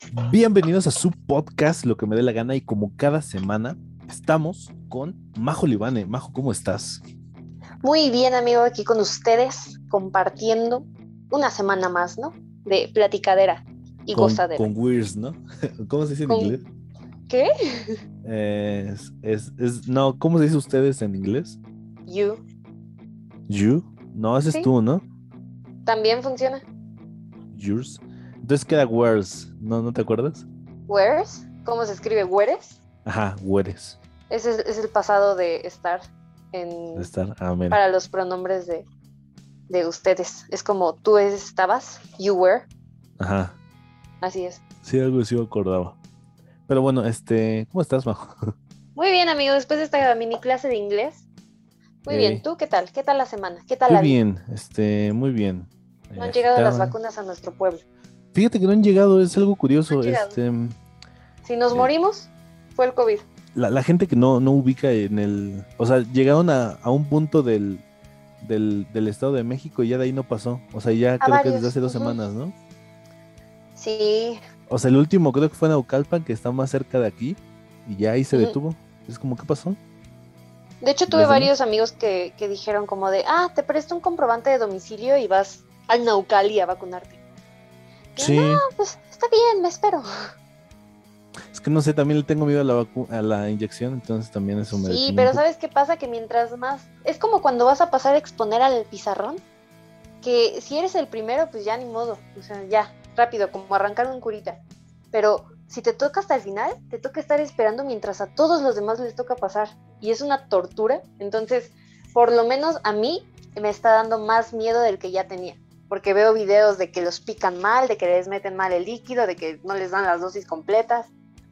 Bienvenidos a su podcast, Lo que me dé la gana, y como cada semana estamos con Majo Libane. Majo, ¿cómo estás? Muy bien, amigo, aquí con ustedes, compartiendo una semana más, ¿no? De platicadera y gozadera. Con Weirs, ¿no? ¿Cómo se dice en inglés? ¿Con qué? No, ¿cómo se dice ustedes en inglés? You. You. No, ese es Sí, tú, ¿no? también funciona. Yours. Entonces queda Weirs, ¿no? ¿No te acuerdas? Where's? ¿Cómo se escribe? ¿Where's? Ajá, Weres. Ese es el pasado de estar De en, estar, mira. para los pronombres de ustedes. Es como tú estabas, you were. Ajá. Así es. Sí, algo sí me acordaba. Pero bueno, ¿cómo estás, Majo? Muy bien, amigo, después de esta mini clase de inglés. Muy bien, Eh, ¿tú qué tal? ¿Qué tal la semana? ¿Qué tal yo la vida? bien, muy bien. No han llegado las Agitada. vacunas a nuestro pueblo. Fíjate que no han llegado, es algo No han curioso. llegado. Si nos Eh, morimos, fue el COVID. la gente que no ubica o sea, llegaron a un punto del Estado de México y ya de ahí no pasó. O sea, ya A creo que desde varios. hace dos Ujú. semanas, ¿no? Sí. O sea, el último creo que fue Naucalpan, que está más cerca de aquí, y ya ahí se Ujú. detuvo. Es como, ¿qué pasó? De hecho, ¿Y tuve los demás? varios amigos que dijeron como de, te presto un comprobante de domicilio y vas al Naucali a vacunarte. Y yo, no, Sí, pues está bien, me espero. es que no sé, también le tengo miedo a a la inyección, entonces también eso me Sí, detiene un pero poco. ¿sabes qué pasa? Que mientras más... Es como cuando vas a pasar a exponer al pizarrón, que si eres el primero, pues ya ni modo. O sea, ya, rápido, como arrancar un curita. Pero si te toca hasta el final, te toca estar esperando mientras a todos los demás les toca pasar. Y es una tortura. Entonces, por lo menos a mí me está dando más miedo del que ya tenía. Porque veo videos de que los pican mal, de que les meten mal el líquido, de que no les dan las dosis completas.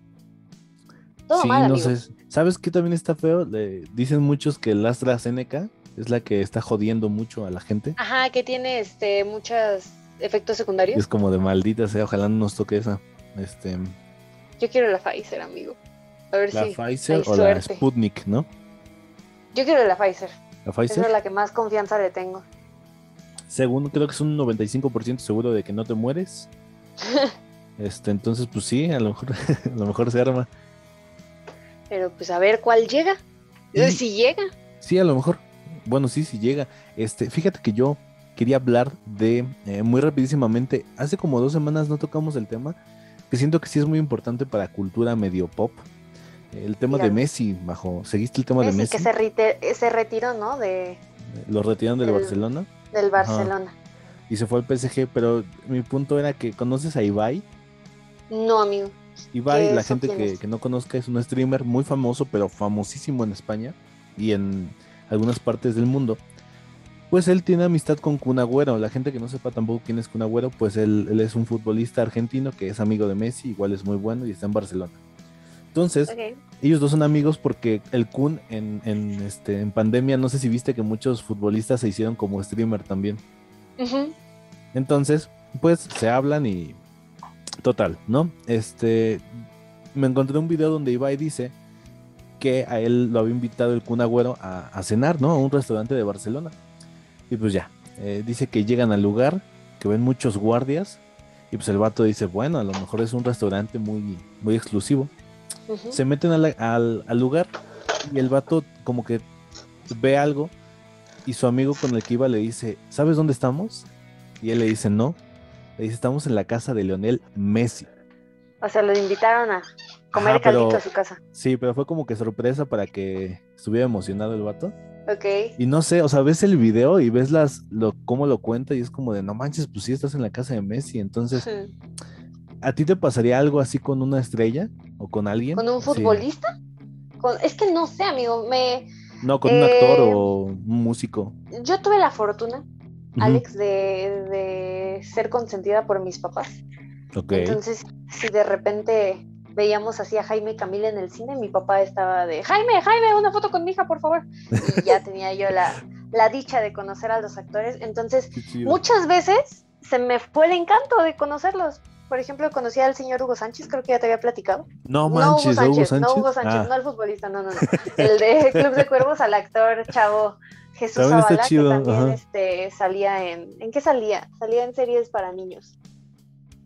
Todo Sí, mal, no amigo. sé. ¿Sabes qué también está feo? Dicen muchos que el AstraZeneca es la que está jodiendo mucho a la gente. Ajá, que tiene muchos efectos Y es secundarios. como de maldita sea, ojalá no nos toque esa. Este, Yo quiero la Pfizer, amigo. A ver la si Pfizer hay o la suerte. Sputnik, ¿no? Yo quiero la Pfizer. La Esa es Pfizer, la que más confianza le tengo. según creo que es un 95% seguro de que no te mueres. Entonces, pues sí, a lo mejor, a lo mejor se arma. Pero pues a ver cuál llega. Y Si llega. sí, a lo mejor, bueno, sí, sí llega. Fíjate que yo quería hablar muy rapidísimamente, hace como 2 semanas no tocamos el tema, que siento que sí es muy importante para cultura medio pop. El tema de Dígalo. Messi, bajo. ¿Seguiste el tema de Messi que Messi? se retiró, ¿no? Lo retiraron del Del, Barcelona. del Ajá. Barcelona. Y se fue al PSG, pero mi punto era que conoces a Ibai. No, amigo. Ibai, ¿Qué la eso gente quién que, es? que no conozca, es un streamer muy famoso, pero famosísimo en España y en algunas partes del mundo. Pues él tiene amistad con Kun Agüero. La gente que no sepa tampoco quién es Kun Agüero, pues él es un futbolista argentino que es amigo de Messi, igual es muy bueno y está en Barcelona. Entonces, Ok. ellos dos son amigos porque el Kun en pandemia, no sé si viste que muchos futbolistas se hicieron como streamer también. Ujú. Entonces, pues se hablan y total, ¿no? Me encontré un video donde Ibai dice que a él lo había invitado el Kun Agüero a cenar, ¿no? A un restaurante de Barcelona. Y pues ya, dice que llegan al lugar, que ven muchos guardias, y pues el vato dice, bueno, a lo mejor es un restaurante muy, muy exclusivo. Ujú. Se meten al lugar y el vato como que ve algo y su amigo con el que iba le dice, ¿sabes dónde estamos? Y él le dice, no. Le dice, estamos en la casa de Lionel Messi. O sea, lo invitaron a Ajá, comer caldito a pero su casa. sí, pero fue como que sorpresa para que estuviera emocionado el vato. Ok. Y no sé, o sea, ves el video y ves cómo lo cuenta y es como de, no manches, pues sí estás en la casa de Messi. Entonces, ¿a ti te pasaría algo así con una estrella o con alguien? ¿Con un Así, futbolista? Es que no sé, amigo. no, con un actor Eh, o un músico. yo tuve la fortuna, Ujú. Alex, de ser consentida por mis papás. Ok. Entonces, si de repente veíamos así a Jaime y Camila en el cine, mi papá estaba de, Jaime, Jaime, una foto con mi hija, por favor. Y ya tenía yo la dicha de conocer a los actores. Entonces, Qué chido. muchas veces se me fue el encanto de conocerlos. Por ejemplo, conocí al señor Hugo Sánchez, creo que ya te había platicado. No No Hugo manches, ¿a Hugo Sánchez, no Hugo Sánchez? Sánchez, Ah, no el futbolista, no, no, no. El de Club de Cuervos, al actor chavo Jesús también está Zavala, que chido, también ajá. salía ¿en qué salía? Salía en series para niños.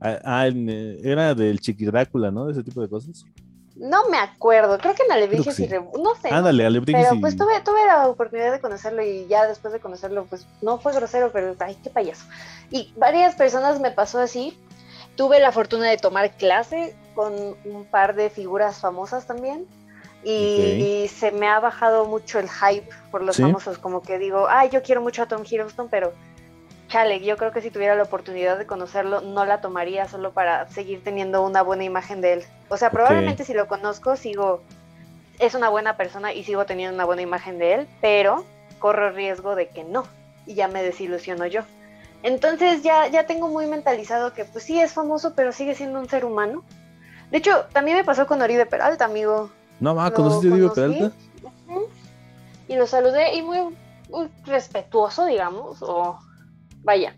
Era del Chiqui Drácula, ¿no? Ese tipo de cosas. No me acuerdo, creo que en Creo que Alebrijes sí. no sé, no Ándale, sé. Alebrijes Pero pues y... tuve la oportunidad de conocerlo y ya después de conocerlo, pues no fue grosero, pero ay, qué payaso. Y varias personas me pasó así. Tuve la fortuna de tomar clase con un par de figuras famosas también. Ok. Y se me ha bajado mucho el hype por los Sí, famosos, como que digo, ay, yo quiero mucho a Tom Hiddleston, pero chale, yo creo que si tuviera la oportunidad de conocerlo, no la tomaría solo para seguir teniendo una buena imagen de él. O sea, ok. probablemente si lo conozco, es una buena persona y sigo teniendo una buena imagen de él, pero corro el riesgo de que no, y ya me desilusiono yo. Entonces ya tengo muy mentalizado que pues sí es famoso, pero sigue siendo un ser humano. De hecho, también me pasó con Oribe Peralta, amigo. No, Lo ¿conociste a Oribe conocí, Peralta? uh-huh, y lo saludé y muy respetuoso, digamos, o vaya,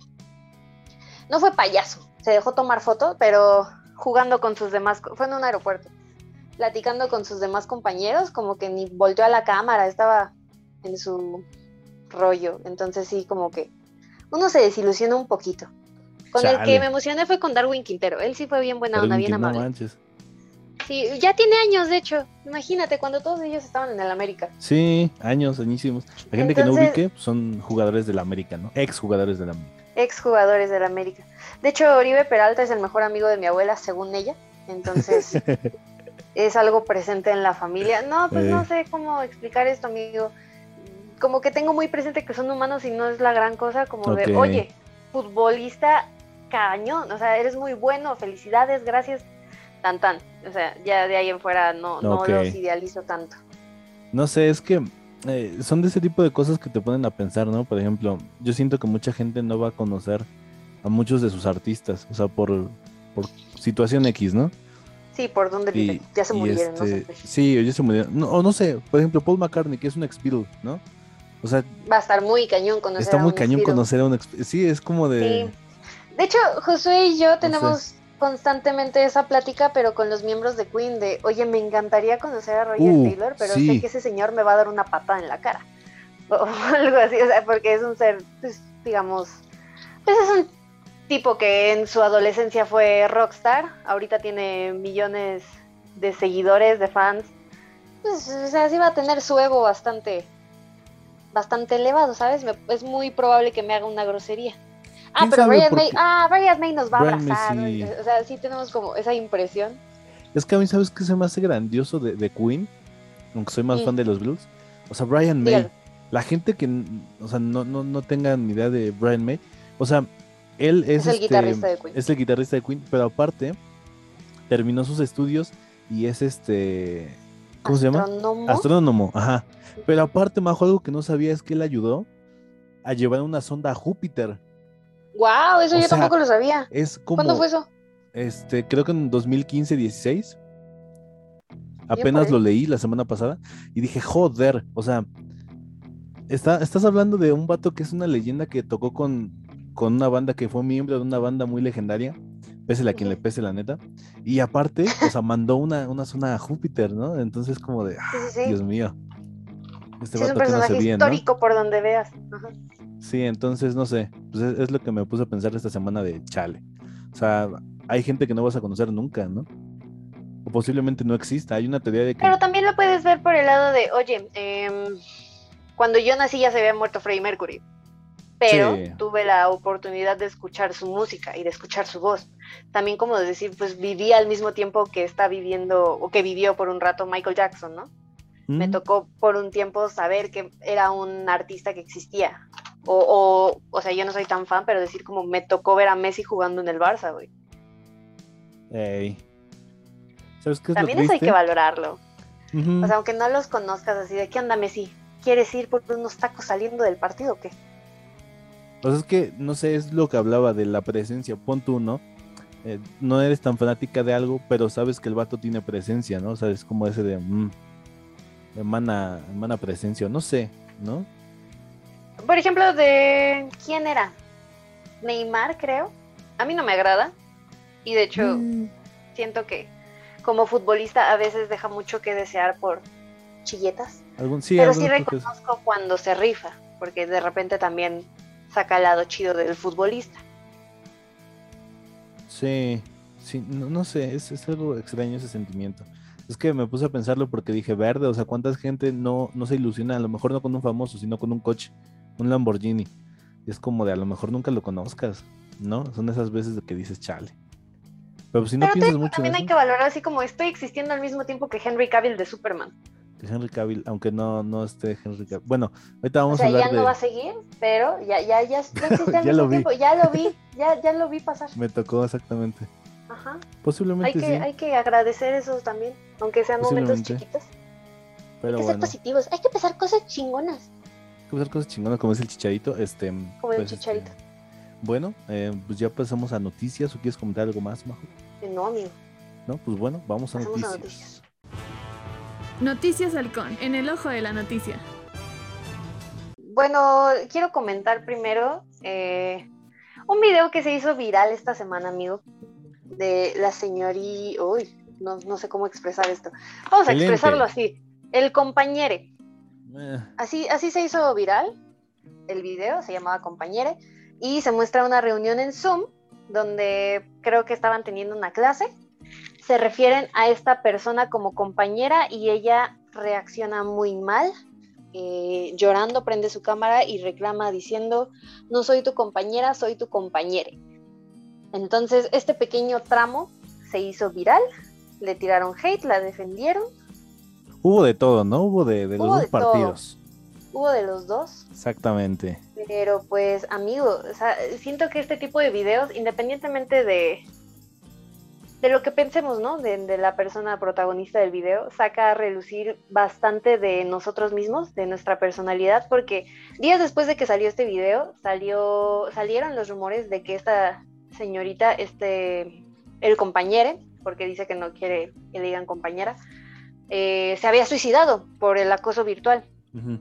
no fue payaso, se dejó tomar foto, pero jugando con sus demás, fue en un aeropuerto, platicando con sus demás compañeros, como que ni volteó a la cámara, estaba en su rollo, entonces sí, como que uno se desilusiona un poquito. Con el que me Chale. emocioné fue con Darwin Quintero, él sí fue bien buena onda, Darwin bien King, no amable. manches. Sí, ya tiene años, de hecho, imagínate, cuando todos ellos estaban en el América. Sí, años, añísimos. La gente que no Entonces, ubique son jugadores del América, ¿no? Ex jugadores del América. exjugadores del América. De hecho, Oribe Peralta es el mejor amigo de mi abuela, según ella. Entonces, es algo presente en la familia. No, pues no Eh, sé cómo explicar esto, amigo. Como que tengo muy presente que son humanos y no es la gran cosa, como ok. de, oye, futbolista cañón, o sea, eres muy bueno, felicidades, gracias, tan tan. O sea, ya de ahí en fuera no Ok. los idealizo tanto. No sé, es que son de ese tipo de cosas que te ponen a pensar, ¿no? Por ejemplo, yo siento que mucha gente no va a conocer a muchos de sus artistas, o sea, por situación X, ¿no? Sí, por dónde viven, Y, ya se y murieron, no sé. sí, oye, se murió. No, o no sé, por ejemplo, Paul McCartney, que es un ex Beatle, ¿no? O sea, Va a estar muy cañón está conocer a muy un ex cañón Beatle. conocer a un ex... Sí, es como Sí. de, De hecho, Josué y yo no sé. tenemos constantemente esa plática, pero con los miembros de Queen, de, oye, me encantaría conocer a Roger Taylor, pero sé que Sí, ese señor me va a dar una patada en la cara. O algo así, o sea, porque es un ser, pues, digamos, pues es un tipo que en su adolescencia fue rockstar, ahorita tiene millones de seguidores, de fans, pues, o sea, sí va a tener su ego bastante elevado, ¿sabes? Es muy probable que me haga una grosería. Ah, quién pero sabe por qué. Brian May nos va a Brian abrazar. Messi. O sea, sí tenemos como esa impresión. Es que a mí, ¿sabes qué se me hace grandioso de Queen? Aunque soy más Mm, fan de los Beatles. O sea, Brian May. dígalo. La gente que, o sea, no tenga ni idea de Brian May. O sea, él Es el guitarrista de Queen. es el guitarrista de Queen, pero aparte terminó sus estudios y es ¿cómo se llama? Astrónomo. Astrónomo, ajá. Pero aparte, Majo, algo que no sabía es que él ayudó a llevar una sonda a Júpiter. Wow, eso O yo sea, tampoco lo sabía. es ¿Cuándo fue como, eso? creo que en 2015-16, Bien por apenas lo él. leí la semana pasada y dije, joder, o sea, estás hablando de un vato que es una leyenda que tocó con una banda que fue miembro de una banda muy legendaria, pese a quien le Ujú. pese la neta, y aparte, o sea, mandó una zona a Júpiter, ¿no? Entonces como de, Sí, sí, Dios sí. mío, este Sí, es un vato que no hace personaje bien, ¿no? histórico por donde veas. Ajá. Sí, entonces no sé, pues es lo que me puse a pensar esta semana de chale. O sea, hay gente que no vas a conocer nunca, ¿no? O posiblemente no exista. Hay una teoría de que Pero también lo puedes ver por el lado de, oye, cuando yo nací ya se había muerto Freddie Mercury, pero sí, tuve la oportunidad de escuchar su música y de escuchar su voz. También como de decir, pues viví al mismo tiempo que está viviendo o que vivió por un rato Michael Jackson, ¿no? Me mm, tocó por un tiempo saber que era un artista que existía. O sea, yo no soy tan fan, pero decir como me tocó ver a Messi jugando en el Barça, güey. ey, ¿sabes qué es lo También eso hay que triste? valorarlo. O Ujú. sea, aunque no los conozcas así de qué onda Messi, ¿quieres ir por unos tacos saliendo del partido o qué? O sea, es que, no sé, es lo que hablaba de la presencia. Pon tú, ¿no? No eres tan fanática de algo, pero sabes que el vato tiene presencia, ¿no? O sea, es como ese de, emana presencia, no sé, ¿no? Por ejemplo, de quién era Neymar, creo. A mí no me agrada y de hecho Eh, siento que como futbolista a veces deja mucho que desear por chilletas, sí, pero sí algunos creo que es. reconozco cuando se rifa, porque de repente también saca el lado chido del futbolista. Sí, sí, no, no sé, es algo extraño ese sentimiento. Es que me puse a pensarlo porque dije, verde, o sea, ¿cuánta gente no se ilusiona? A lo mejor no con un famoso, sino con un coche, un Lamborghini. Y es como de a lo mejor nunca lo conozcas, ¿no? Son esas veces de que dices, chale. Pero pues, si no Pero te piensas digo, mucho en también hay eso, que valorar así como estoy existiendo al mismo tiempo que Henry Cavill de Superman. que Henry Cavill, aunque no esté Henry Cavill. Bueno, ahorita O vamos a sea, hablar ya no va de. a seguir, pero ya existe al Ya lo mismo vi, tiempo. Ya lo vi, ya lo vi pasar. me tocó exactamente. Ajá. Posiblemente sí, Hay que agradecer eso también, aunque sean momentos posiblemente. chiquitos. Hay Pero que ser bueno, positivos, hay que pensar cosas chingonas, hay que hacer cosas chingonas como es el chicharito. como el Pues chicharito. bueno, pues ya pasamos a noticias. ¿O quieres comentar algo más, Majo? No, amigo, No, pues bueno, vamos a pasemos a noticias. noticias. Noticias Halcón, en el ojo de la noticia. Bueno, quiero comentar primero un video que se hizo viral esta semana, amigo, de la señorita. Uy, no sé cómo expresar esto. Vamos a El expresarlo ente. así. El compañere. Eh, Así se hizo viral el video, se llamaba Compañere, y se muestra una reunión en Zoom donde creo que estaban teniendo una clase. Se refieren a esta persona como compañera y ella reacciona muy mal, llorando, prende su cámara y reclama diciendo, no soy tu compañera, soy tu compañere. Entonces este pequeño tramo se hizo viral, le tiraron hate, la defendieron, Hubo de todo, ¿no? Hubo de los hubo dos de todo, partidos. hubo de los dos. Exactamente. Pero pues, amigo, o sea, siento que este tipo de videos, independientemente de lo que pensemos, ¿no? De la persona protagonista del video, saca a relucir bastante de nosotros mismos, de nuestra personalidad, porque días después de que salió este video, salieron los rumores de que esta señorita, el compañero, porque dice que no quiere que le digan compañera, se había suicidado por el acoso virtual. Ujú.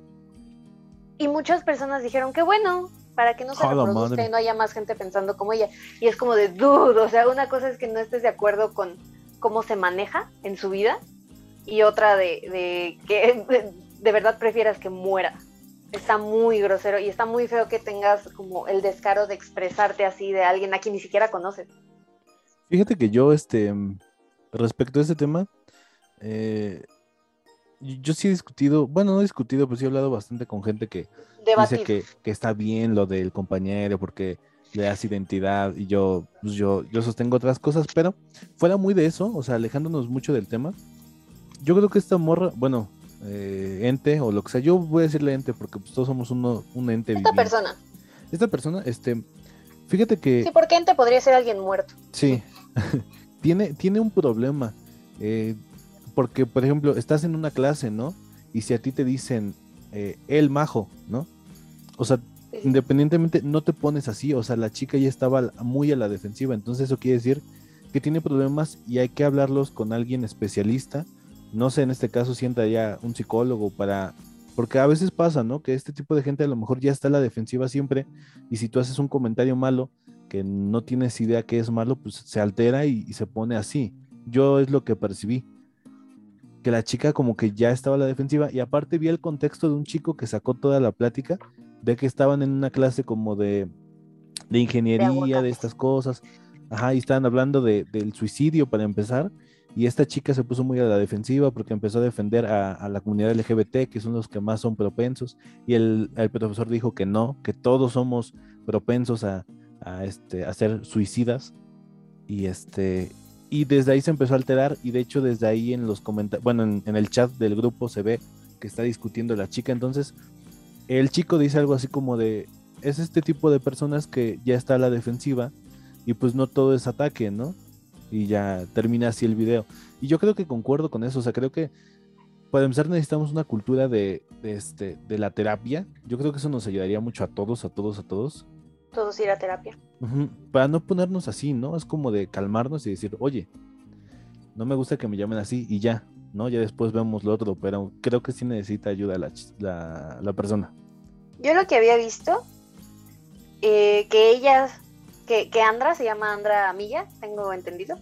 Y muchas personas dijeron que bueno, para que no se ¡A la reproduzca madre! y no haya más gente pensando como ella. Y es como de dude, o sea, una cosa es que no estés de acuerdo con cómo se maneja en su vida y otra de que de verdad prefieras que muera. Está muy grosero y está muy feo que tengas como el descaro de expresarte así de alguien a quien ni siquiera conoces. Fíjate que yo, respecto a este tema, eh, yo sí he discutido, bueno, no he discutido, pero sí he hablado bastante con gente que dice Debatido. que está bien lo del compañero porque le das identidad y yo sostengo otras cosas, pero fuera muy de eso, o sea, alejándonos mucho del tema, yo creo que esta morra, bueno, ente o lo que sea, yo voy a decirle ente porque pues, todos somos un ente Esta viviente. persona, Esta persona, fíjate sí, que porque ente podría ser alguien muerto. sí, tiene un problema. eh, Porque, por ejemplo, estás en una clase, ¿no? Y si a ti te dicen el majo, ¿no? O sea, Sí, sí. independientemente, no te pones así. O sea, la chica ya estaba muy a la defensiva. Entonces, eso quiere decir que tiene problemas y hay que hablarlos con alguien especialista. No sé, en este caso, sienta ya un psicólogo para. Porque a veces pasa, ¿no? Que este tipo de gente a lo mejor ya está a la defensiva siempre. Y si tú haces un comentario malo, que no tienes idea que es malo, pues se altera y se pone así. Yo es lo que percibí que la chica como que ya estaba a la defensiva y aparte vi el contexto de un chico que sacó toda la plática, de que estaban en una clase como de De ingeniería, de aguacates. estas cosas, ajá, y estaban hablando del suicidio para empezar, y esta chica se puso muy a la defensiva porque empezó a defender a la comunidad LGBT, que son los que más son propensos, y el profesor dijo que no, que todos somos propensos a ser suicidas, y y desde ahí se empezó a alterar y de hecho desde ahí en los comentarios, bueno, en el chat del grupo se ve que está discutiendo la chica, entonces el chico dice algo así como de, es este tipo de personas que ya está a la defensiva y pues no todo es ataque, ¿no? Y ya termina así el video. Y yo creo que concuerdo con eso, o sea, creo que para empezar necesitamos una cultura de la terapia. Yo creo que eso nos ayudaría mucho a todos, a todos, a todos. Todos ir a terapia. Ujú. Para no ponernos así, ¿no? Es como de calmarnos y decir, oye, no me gusta que me llamen así y ya, ¿no? Ya después vemos lo otro, pero creo que sí necesita ayuda la persona. Yo lo que había visto, que ella, que Andra, se llama Andra Amiga, tengo entendido,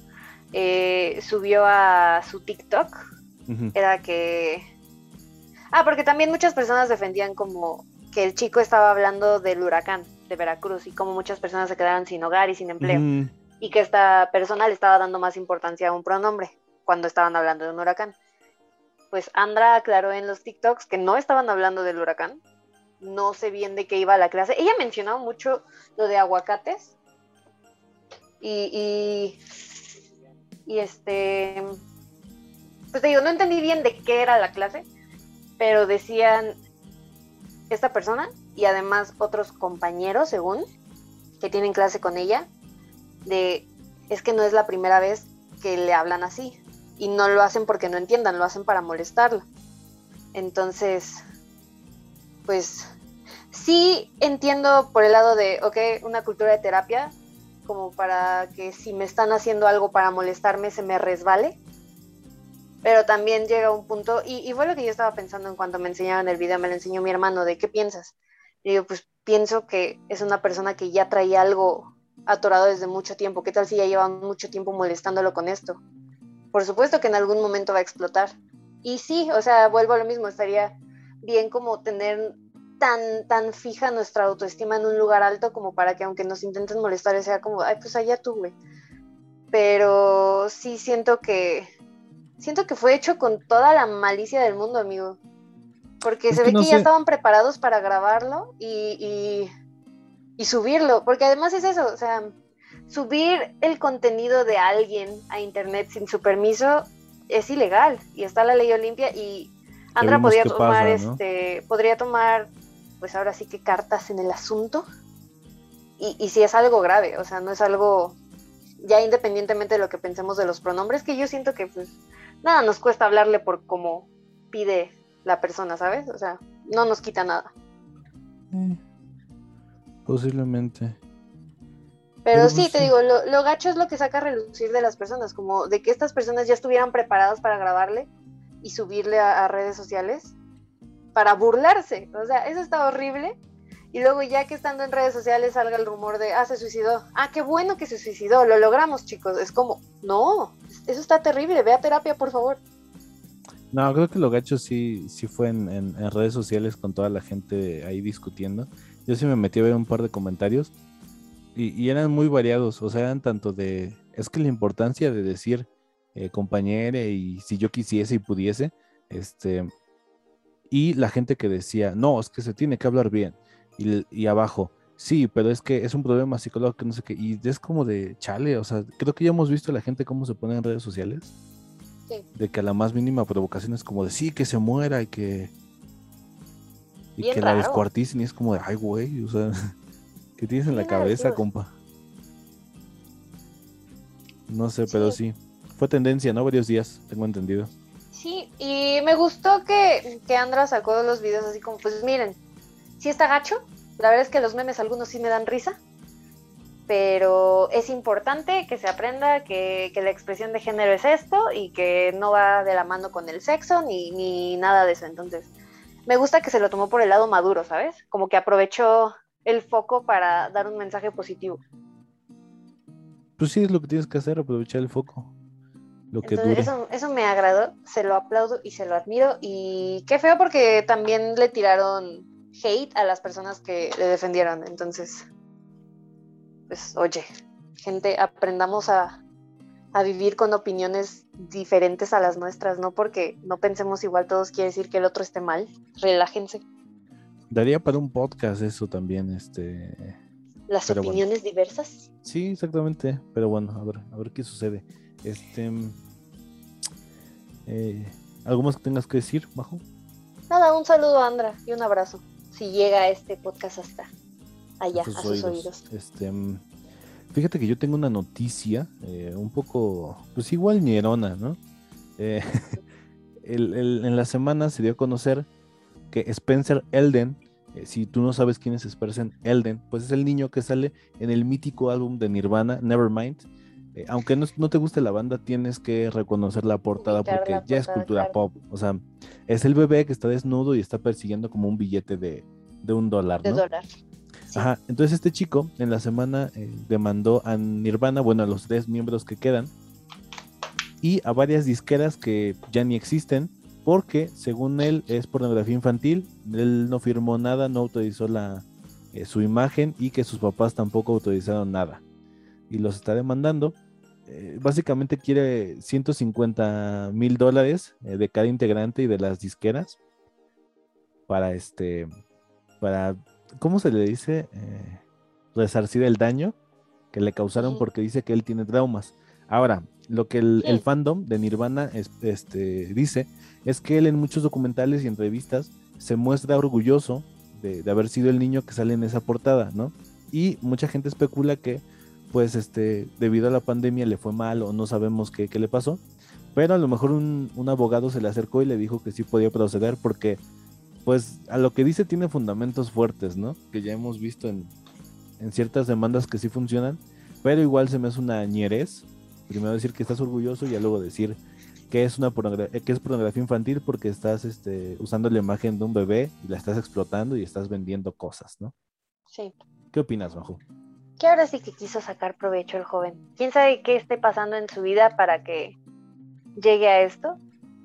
subió a su TikTok, Ujú. era que... Ah, porque también muchas personas defendían como que el chico estaba hablando del huracán de Veracruz y como muchas personas se quedaron sin hogar y sin empleo. Ujú. y que esta persona le estaba dando más importancia a un pronombre cuando estaban hablando de un huracán. Pues Andra aclaró en los TikToks que no estaban hablando del huracán, no sé bien de qué iba la clase. Ella mencionaba mucho lo de aguacates y pues te digo, no entendí bien de qué era la clase, pero decían esta persona y además otros compañeros, según, que tienen clase con ella, es que no es la primera vez que le hablan así y no lo hacen porque no entiendan, lo hacen para molestarla. Entonces, pues sí entiendo por el lado de, ok, una cultura de terapia, como para que si me están haciendo algo para molestarme se me resbale, pero también llega un punto, y fue lo que yo estaba pensando en cuanto me enseñaban el video, me lo enseñó mi hermano, de ¿qué piensas? Y digo, pues pienso que es una persona que ya traía algo atorado desde mucho tiempo. ¿Qué tal si ya lleva mucho tiempo molestándolo con esto? Por supuesto que en algún momento va a explotar. Y sí, o sea, vuelvo a lo mismo, estaría bien como tener tan fija nuestra autoestima en un lugar alto como para que aunque nos intenten molestar sea como, ay, pues allá tú, güey. Pero sí siento que fue hecho con toda la malicia del mundo, amigo. Porque Es se que ve no que ya sé, estaban preparados para grabarlo y subirlo, porque además es eso, o sea, subir el contenido de alguien a internet sin su permiso es ilegal y está la ley Olimpia y ya Andra vimos qué pasa, ¿no? podría tomar, pues ahora sí que cartas en el asunto y si es algo grave, o sea, no es algo ya independientemente de lo que pensemos de los pronombres, que yo siento que pues nada nos cuesta hablarle por como pide la persona, ¿sabes? O sea, no nos quita nada. Posiblemente. Pero Pero sí, pues te sí. digo, lo gacho es lo que saca a relucir de las personas, como de que estas personas ya estuvieran preparadas para grabarle y subirle a redes sociales para burlarse. O sea, eso está horrible. Y luego ya que estando en redes sociales salga el rumor de, se suicidó. Qué bueno que se suicidó, lo logramos, chicos. Es como, no, eso está terrible, ve a terapia, por favor. No, creo que lo gacho sí fue en redes sociales con toda la gente ahí discutiendo. Yo sí me metí a ver un par de comentarios y eran muy variados, o sea, eran tanto de, es que la importancia de decir compañere y si yo quisiese y pudiese, y la gente que decía, no, es que se tiene que hablar bien, y abajo, sí, pero es que es un problema psicológico, no sé qué, y es como de chale, o sea, creo que ya hemos visto a la gente cómo se pone en redes sociales, Sí. de que a la más mínima provocación es como de sí, que se muera y Bien que la raro. descuarticen y es como de, ay, güey, o sea, ¿qué tienes en la Bien cabeza, agresivos. compa? No sé, pero Sí. sí, fue tendencia, ¿no? Varios días, tengo entendido. Sí, y me gustó que Andra sacó los videos así como, pues miren, sí está gacho, la verdad es que los memes algunos sí me dan risa, pero es importante que se aprenda que la expresión de género es esto y que no va de la mano con el sexo ni nada de eso. Entonces, me gusta que se lo tomó por el lado maduro, ¿sabes? Como que aprovechó el foco para dar un mensaje positivo. Pues sí, es lo que tienes que hacer, aprovechar el foco, lo que Entonces, dure. eso me agradó, se lo aplaudo y se lo admiro. Y qué feo porque también le tiraron hate a las personas que le defendieron. Entonces, pues oye, gente, aprendamos a vivir con opiniones diferentes a las nuestras, no porque no pensemos igual todos quiere decir que el otro esté mal. Relájense. Daría para un podcast eso también, Las pero bueno. opiniones diversas. Sí, exactamente, pero bueno, a ver qué sucede. ¿Algo más que tengas que decir, Majo? Nada, un saludo a Andra y un abrazo. Si llega este podcast hasta allá, A a sus oídos. Fíjate que yo tengo una noticia un poco, pues igual ñerona, ¿no? Eh, en la semana se dio a conocer que Spencer Elden, si tú no sabes quién es Spencer Elden, pues es el niño que sale en el mítico álbum de Nirvana, Nevermind. Aunque no te guste la banda, tienes que reconocer la portada Ubicar porque la ya es portada, cultura claro. pop. O sea, es el bebé que está desnudo y está persiguiendo como un billete de $1, De ¿no? dólar. Sí. Ajá, entonces este chico en la semana demandó a Nirvana, bueno, a los 3 miembros que quedan, y a varias disqueras que ya ni existen, porque según él es pornografía infantil, él no firmó nada, no autorizó su imagen y que sus papás tampoco autorizaron nada. y los está demandando. Básicamente quiere $150,000 de cada integrante y de las disqueras para para, ¿cómo se le dice? Resarcir el daño que le causaron porque dice que él tiene traumas. Ahora, lo que el fandom de Nirvana dice es que él en muchos documentales y entrevistas se muestra orgulloso de haber sido el niño que sale en esa portada, ¿no? Y mucha gente especula que, pues, debido a la pandemia le fue mal o no sabemos qué le pasó, pero a lo mejor un abogado se le acercó y le dijo que sí podía proceder porque, pues, a lo que dice tiene fundamentos fuertes, ¿no? Que ya hemos visto en ciertas demandas que sí funcionan, pero igual se me hace una ñerez. Primero decir que estás orgulloso y ya luego decir que es que es pornografía infantil porque estás usando la imagen de un bebé y la estás explotando y estás vendiendo cosas, ¿no? Sí. ¿Qué opinas, Majo? Que ahora sí que quiso sacar provecho el joven. ¿Quién sabe qué esté pasando en su vida para que llegue a esto?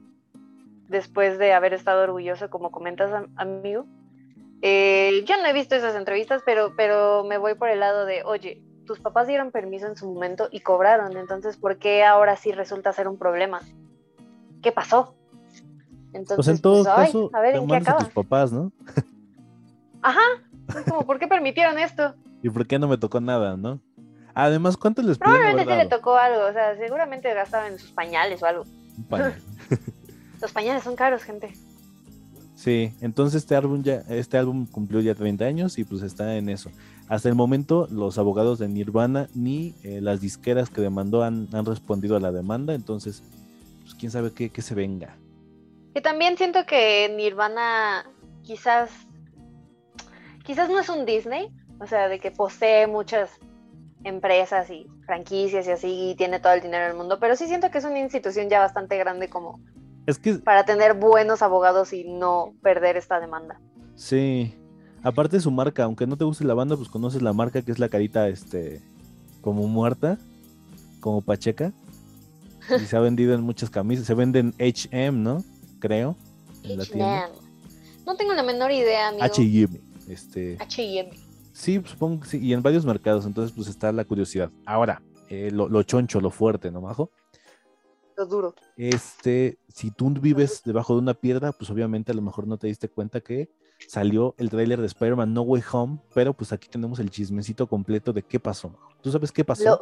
Después de haber estado orgulloso, como comentas, amigo. Yo no he visto esas entrevistas, pero me voy por el lado de, oye, tus papás dieron permiso en su momento y cobraron, entonces, ¿por qué ahora sí resulta ser un problema? ¿Qué pasó? Entonces, Pues en todo ay, caso, a ver en qué demandas a tus acaba. papás, ¿no? Ajá, es como, ¿por qué permitieron esto? ¿Y por qué no me tocó nada, no? Además, ¿cuánto les pudieron haber Probablemente sí le dado? tocó algo, o sea, seguramente gastaban en sus pañales o algo. Un pañal. Los pañales son caros, gente. Sí, entonces este álbum cumplió ya 30 años y pues está en eso. Hasta el momento los abogados de Nirvana ni las disqueras que demandó han respondido a la demanda, entonces pues quién sabe qué se venga. Que también siento que Nirvana quizás no es un Disney, o sea, de que posee muchas empresas y franquicias y así y tiene todo el dinero del mundo, pero sí siento que es una institución ya bastante grande como Es que para tener buenos abogados y no perder esta demanda. sí, aparte de su marca, aunque no te guste la banda, pues conoces la marca que es la carita como muerta, como Pacheca, y se ha vendido en muchas camisas, se vende en H&M, ¿no? Creo, en la tienda. No tengo la menor idea, amigo. H&M, H&M. sí, supongo que sí, y en varios mercados, entonces pues está la curiosidad. Ahora, lo choncho, lo fuerte, ¿no, Majo? Lo duro. Si tú vives debajo de una piedra, pues obviamente a lo mejor no te diste cuenta que salió el tráiler de Spider-Man No Way Home, pero pues aquí tenemos el chismecito completo de qué pasó, Majo. ¿Tú sabes qué pasó?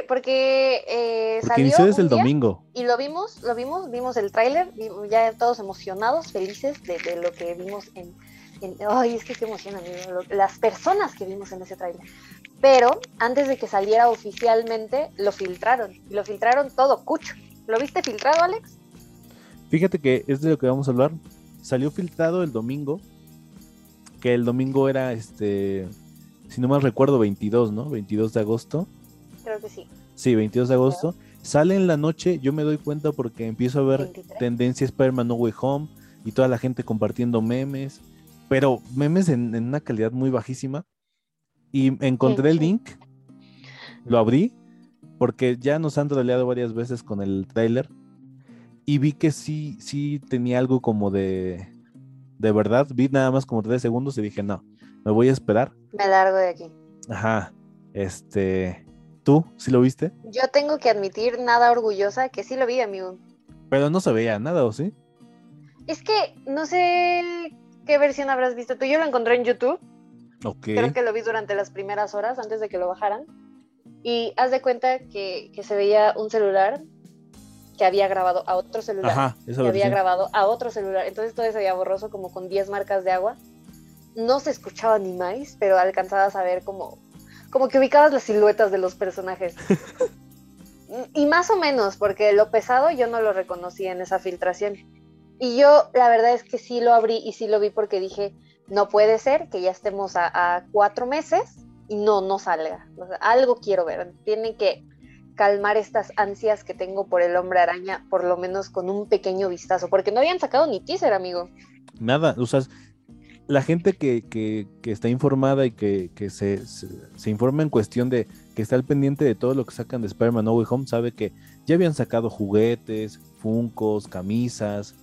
Porque Porque inició salió desde un el día domingo. y vimos el tráiler, ya todos emocionados, felices de lo que vimos ay, es que qué emoción, amigo, las personas que vimos en ese tráiler. Pero antes de que saliera oficialmente, lo filtraron todo, cucho. ¿Lo viste filtrado, Alex? Fíjate que es de lo que vamos a hablar. Salió filtrado el domingo, que el domingo era, si no mal recuerdo, 22, ¿no? 22 de agosto. Creo que sí. Sí, 22 de agosto. Sale en la noche, yo me doy cuenta porque empiezo a ver 23. tendencias Spider-Man No Way Home y toda la gente compartiendo memes, pero memes en una calidad muy bajísima. Y encontré el link, lo abrí, porque ya nos han troleado varias veces con el tráiler y vi que sí tenía algo como de verdad. Vi nada más como 3 segundos y dije, no, me voy a esperar. Me largo de aquí. Ajá, ¿tú sí lo viste? Yo tengo que admitir, nada orgullosa, que sí lo vi, amigo. Pero no se veía nada, ¿o sí? Es que no sé qué versión habrás visto tú. Yo lo encontré en YouTube. Ok. Creo que lo vi durante las primeras horas antes de que lo bajaran. Y haz de cuenta que se veía un celular que había grabado a otro celular. Ajá, esa que había versión. grabado a otro celular. Entonces todo se veía borroso, como con 10 marcas de agua. No se escuchaba ni más, pero alcanzabas a ver como que ubicabas las siluetas de los personajes. Y más o menos, porque lo pesado yo no lo reconocí en esa filtración. Y yo, la verdad es que sí lo abrí y sí lo vi porque dije, no puede ser que ya estemos a 4 meses y no salga. O sea, algo quiero ver. Tienen que calmar estas ansias que tengo por el Hombre Araña, por lo menos con un pequeño vistazo, porque no habían sacado ni teaser, amigo. Nada, o sea, la gente que está informada y que se informa en cuestión de que está al pendiente de todo lo que sacan de Spider-Man No Way Home, sabe que ya habían sacado juguetes, funcos, camisas,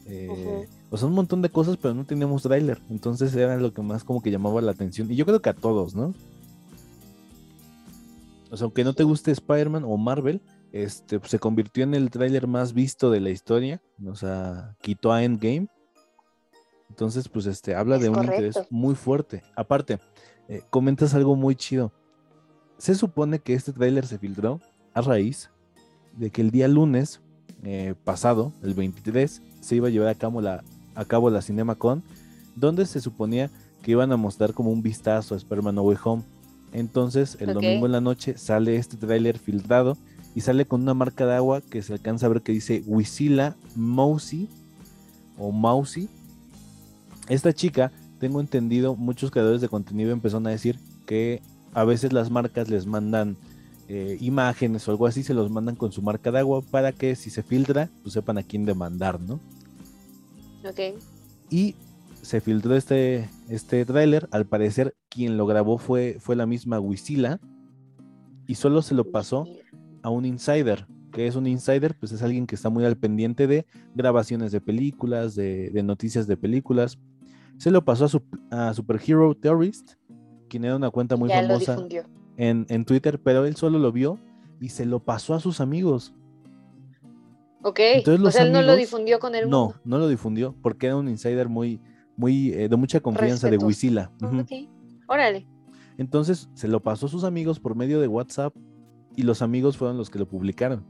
o sea, un montón de cosas, pero no teníamos tráiler. Entonces era lo que más como que llamaba la atención. Y yo creo que a todos, ¿no? O sea, aunque no te guste Spider-Man o Marvel, pues, se convirtió en el tráiler más visto de la historia. O sea, quitó a Endgame. Entonces, pues, habla de Es un interés correcto. muy fuerte. Aparte, comentas algo muy chido. Se supone que este tráiler se filtró a raíz de que el día lunes pasado, el 23, se iba a llevar a cabo la CinemaCon, donde se suponía que iban a mostrar como un vistazo a Spider-Man No Way Home. Entonces, el domingo en Ok. la noche sale este tráiler filtrado y sale con una marca de agua que se alcanza a ver que dice Wisila Mousy o Mousy. Esta chica, tengo entendido, muchos creadores de contenido empezaron a decir que a veces las marcas les mandan imágenes o algo así, se los mandan con su marca de agua para que si se filtra, pues sepan a quién demandar, ¿no? Ok. Y se filtró este tráiler, al parecer quien lo grabó fue la misma Wisila y solo se lo Uy, pasó mira. a un insider. ¿Que es un insider? Pues es alguien que está muy al pendiente de grabaciones de películas, de noticias de películas. Se lo pasó a Superhero Theorist, quien era una cuenta Y muy ya lo famosa difundió. en Twitter, pero él solo lo vio y se lo pasó a sus amigos. Ok. Entonces O los sea, él no lo amigos, difundió con el mundo. no lo difundió porque era un insider muy de mucha confianza de Respetuoso. Wisila. Ujú. Ok. Órale. Entonces se lo pasó a sus amigos por medio de WhatsApp y los amigos fueron los que lo publicaron.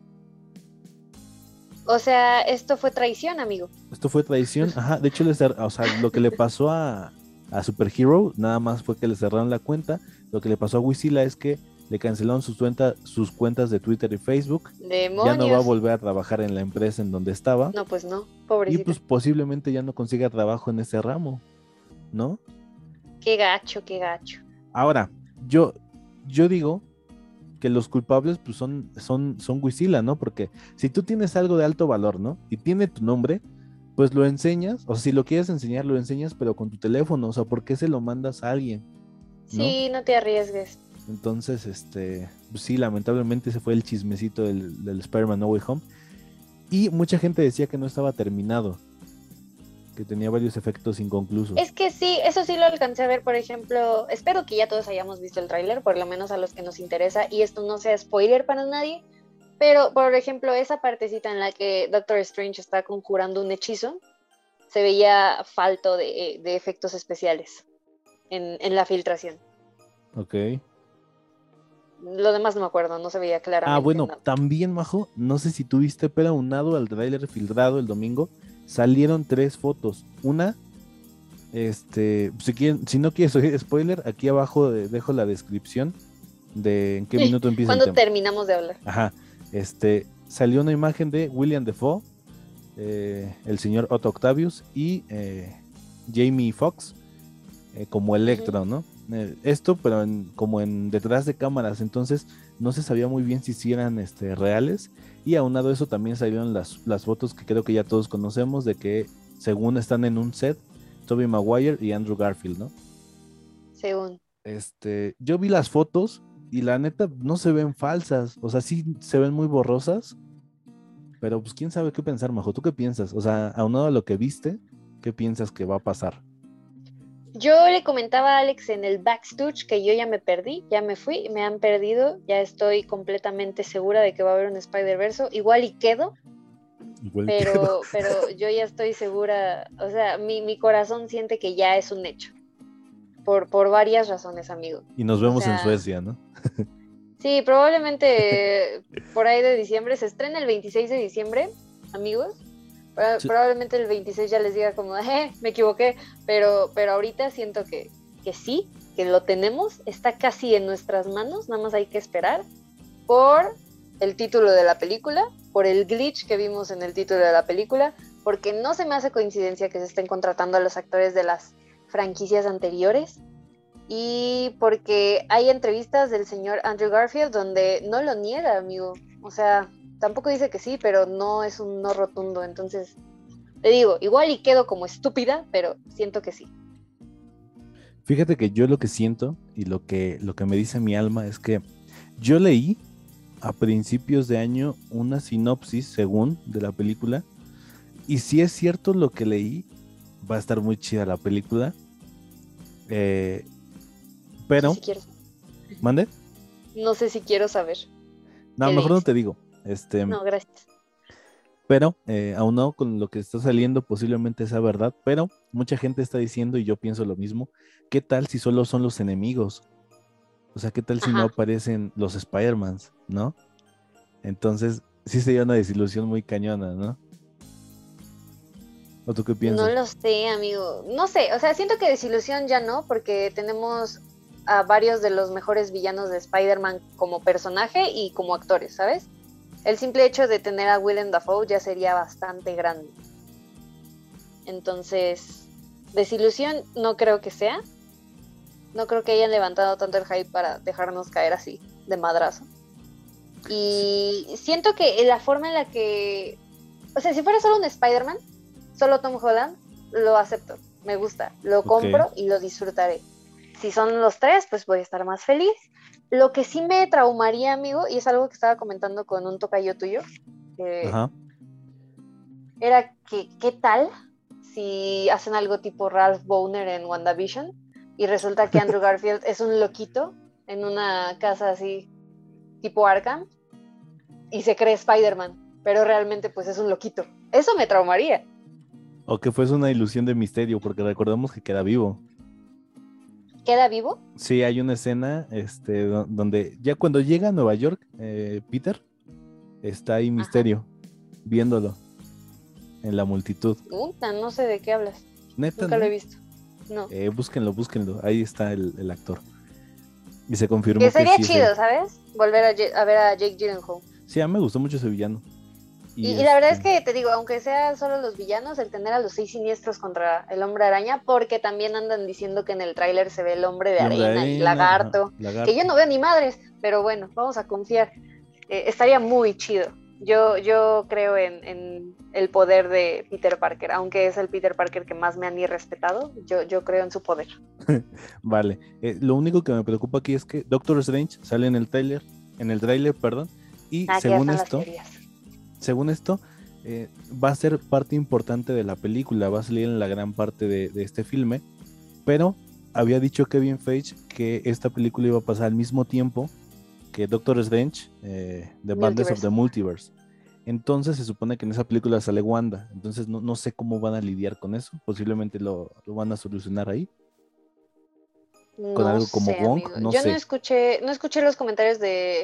O sea, esto fue traición, amigo. Esto fue traición. Ajá, de hecho, o sea, lo que le pasó a Superhero, nada más fue que le cerraron la cuenta. Lo que le pasó a Wisila es que le cancelaron sus cuentas de Twitter y Facebook. Ya no va a Demonios. volver a trabajar en la empresa en donde estaba. No, pues no. Y Pobrecita. pues posiblemente ya no consiga trabajo en ese ramo, ¿no? Qué gacho, qué gacho. Ahora, yo digo que los culpables pues son Wisila, ¿no? Porque si tú tienes algo de alto valor, ¿no? Y tiene tu nombre, pues lo enseñas, o sea, si lo quieres enseñar, lo enseñas, pero con tu teléfono, o sea, ¿por qué se lo mandas a alguien, ¿no? Sí, no te arriesgues. Entonces, pues sí, lamentablemente ese fue el chismecito del Spider-Man No Way Home. Y mucha gente decía que no estaba terminado, que tenía varios efectos inconclusos. Es que sí, eso sí lo alcancé a ver, por ejemplo, espero que ya todos hayamos visto el tráiler, por lo menos a los que nos interesa, y esto no sea spoiler para nadie, pero por ejemplo, esa partecita en la que Doctor Strange está conjurando un hechizo, se veía falto de efectos especiales en la filtración. Ok. Lo demás no me acuerdo, no se veía Ah, claramente bueno, nada. también, Majo, no sé si tuviste, pero aunado al tráiler filtrado el domingo, salieron 3 fotos. Una, si no quieres oír spoiler, aquí abajo dejo la descripción de en qué minuto empieza el Cuando tema. terminamos de hablar. Ajá, salió una imagen de William Defoe, el señor Otto Octavius y Jamie Foxx como Electro, ¿no? Esto, pero como en detrás de cámaras, entonces no se sabía muy bien si eran reales. Y aunado a eso también salieron las fotos que creo que ya todos conocemos de que según están en un set, Tobey Maguire y Andrew Garfield, ¿no? Según. Yo vi las fotos y la neta no se ven falsas, o sea, sí se ven muy borrosas, pero pues quién sabe qué pensar, Majo. ¿Tú qué piensas? O sea, aunado a lo que viste, ¿qué piensas que va a pasar? Yo le comentaba a Alex en el backstage que yo ya me perdí, ya me fui, me han perdido, ya estoy completamente segura de que va a haber un Spider-Verse, igual y quedo, Igual quedó. pero yo ya estoy segura, o sea, mi corazón siente que ya es un hecho, por varias razones, amigo. Y nos O vemos en sea, Suecia, ¿no? sí, probablemente por ahí de diciembre, se estrena el 26 de diciembre, amigos. Sí. Probablemente el 26 ya les diga como, me equivoqué, pero ahorita siento que sí, que lo tenemos, está casi en nuestras manos, nada más hay que esperar por el título de la película, por el glitch que vimos en el título de la película, porque no se me hace coincidencia que se estén contratando a los actores de las franquicias anteriores y porque hay entrevistas del señor Andrew Garfield donde no lo niega, amigo, o sea, tampoco dice que sí, pero no es un no rotundo, entonces te digo, igual y quedo como estúpida, pero siento que sí. Fíjate que yo lo que siento y lo que me dice mi alma es que yo leí a principios de año una sinopsis, según, de la película, y si es cierto lo que leí, va a estar muy chida la película, Sí, pero, si quieres. ¿mande? no sé si quiero saber. No, ¿Qué le mejor no hice? te digo. No, gracias. Pero aún no, con lo que está saliendo posiblemente sea verdad, pero mucha gente está diciendo, y yo pienso lo mismo, ¿qué tal si solo son los enemigos? O sea, ¿qué tal si no Ajá. aparecen los Spider-Mans, ¿no? Entonces, sí sería una desilusión muy cañona, ¿no? ¿O tú qué No piensas? lo sé, amigo. No sé, o sea, siento que desilusión ya no, porque tenemos a varios de los mejores villanos de Spider-Man como personaje y como actores, ¿sabes? El simple hecho de tener a Willem Dafoe ya sería bastante grande. Entonces, desilusión no creo que sea. No creo que hayan levantado tanto el hype para dejarnos caer así, de madrazo. Sí, Y siento que la forma en la que... O sea, si fuera solo un Spider-Man, solo Tom Holland, lo acepto. Me gusta, lo ok, compro y lo disfrutaré. Si son los tres, pues voy a estar más feliz. Lo que sí me traumaría, amigo, y es algo que estaba comentando con un tocayo tuyo, eh, ajá. era que, ¿qué tal si hacen algo tipo Ralph Bohner en WandaVision y resulta que Andrew Garfield es un loquito en una casa así tipo Arkham y se cree Spider-Man, pero realmente pues es un loquito? Eso me traumaría. O que fuese una ilusión de misterio, porque recordemos que queda vivo. ¿Queda vivo? Sí, hay una escena donde ya cuando llega a Nueva York, Peter, está ahí Ajá. Misterio, viéndolo en la multitud. No sé de qué hablas. Neta, Nunca lo he ¿no? visto. No. Búsquenlo, búsquenlo. Ahí está el actor. Y se Que confirmó que sería sí es él. chido, ¿sabes? Volver a ver a Jake Gyllenhaal. Sí, a mí me gustó mucho ese villano. Y Y la verdad es que te digo, aunque sean solo los villanos, el tener a los 6 siniestros contra el hombre araña, porque también andan diciendo que en el tráiler se ve el hombre de el hombre de arena y arena, ajá, lagarto, que yo lagarto. no veo ni madres, pero bueno, vamos a confiar. Estaría muy chido. Yo creo en el poder de Peter Parker, aunque es el Peter Parker que más me han irrespetado, yo creo en su poder. Vale. Lo único que me preocupa aquí es que Doctor Strange sale en el tráiler, perdón, y Ah, que ya están las teorías. según esto, va a ser parte importante de la película, va a salir en la gran parte de este filme, pero había dicho Kevin Feige que esta película iba a pasar al mismo tiempo que Doctor Strange, The Madness of Multiverse the of Madness. Multiverse. Entonces se supone que en esa película sale Wanda, entonces no sé cómo van a lidiar con eso, posiblemente lo van a solucionar ahí, con No algo como sé, Wong, amigo. no Yo no sé. escuché, no escuché los comentarios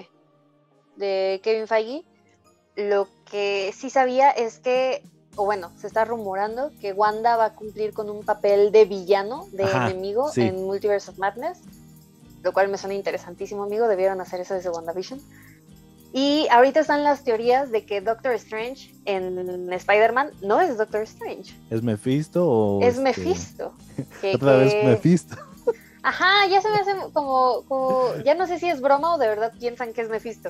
de Kevin Feige. Lo que sí sabía es que, o bueno, se está rumorando que Wanda va a cumplir con un papel de villano, de Ajá, enemigo sí, en Multiverse of Madness, lo cual me suena interesantísimo, amigo. Debieron hacer eso desde WandaVision. Y ahorita están las teorías de que Doctor Strange en Spider-Man no es Doctor Strange, ¿es Mephisto o es Mephisto. Que, otra vez que... Mephisto? Ajá, ya se me hace ya no sé si es broma o de verdad piensan que es Mephisto.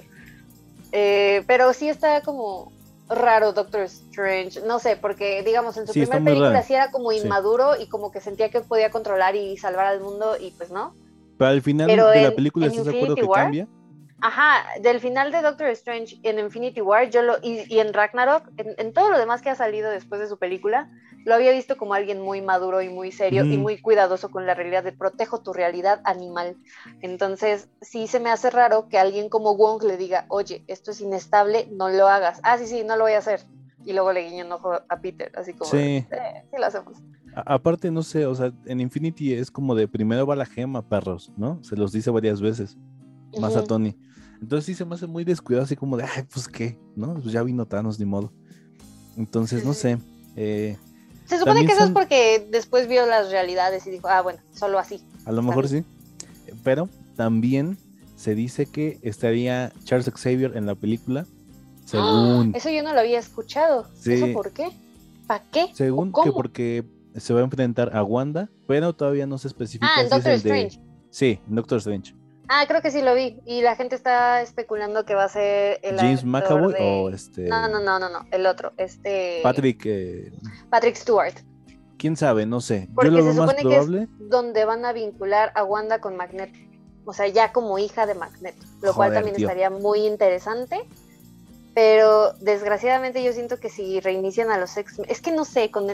Pero sí está como raro Doctor Strange, no sé, porque digamos en su Sí, está primer muy película raro, sí era como sí. inmaduro y como que sentía que podía controlar y salvar al mundo y pues no. Pero al final Pero de la película, en ¿estás de acuerdo Infinity que War, cambia? ajá, del final de Doctor Strange en Infinity War, y en Ragnarok, en todo lo demás que ha salido después de su película, lo había visto como alguien muy maduro y muy serio y Ujú. muy cuidadoso con la realidad de protejo tu realidad animal. Entonces, sí se me hace raro que alguien como Wong le diga, oye, esto es inestable, no lo hagas. Ah, sí, sí, no lo voy a hacer. Y luego le guiño un ojo a Peter, así como de, Sí. sí lo hacemos. Aparte, no sé, o sea, en Infinity es como de primero va la gema, perros, ¿no? Se los dice varias veces, más a Ujú. Tony. Entonces sí se me hace muy descuidado, así como de, ay, pues qué, ¿no? Pues ya vino Thanos, ni modo. Entonces, Sí, no sí, sí. sé. eh, Se supone también que eso es son, porque después vio las realidades y dijo, ah, bueno, solo así, a lo está mejor bien. sí, pero también se dice que estaría Charles Xavier en la película, ¡Ah! según, Eso yo no lo había escuchado. ¿Eso sí, por qué? ¿Para qué? ¿O según que cómo? porque se va a enfrentar a Wanda, pero todavía no se Ah, especifica en si es Doctor el de, Strange. sí, Doctor Strange. Ah, creo que sí lo vi. Y la gente está especulando que va a ser el James actor McAvoy o de... No, no, no, no, no, el otro. Patrick, Patrick Stewart. quién sabe, no sé. Yo Porque lo se veo más supone que es probable. donde van a vincular a Wanda con Magneto. O sea, ya como hija de Magneto. Lo cual Joder, también tío. estaría muy interesante. Pero desgraciadamente yo siento que si reinician a los X-Men... Es que no sé, con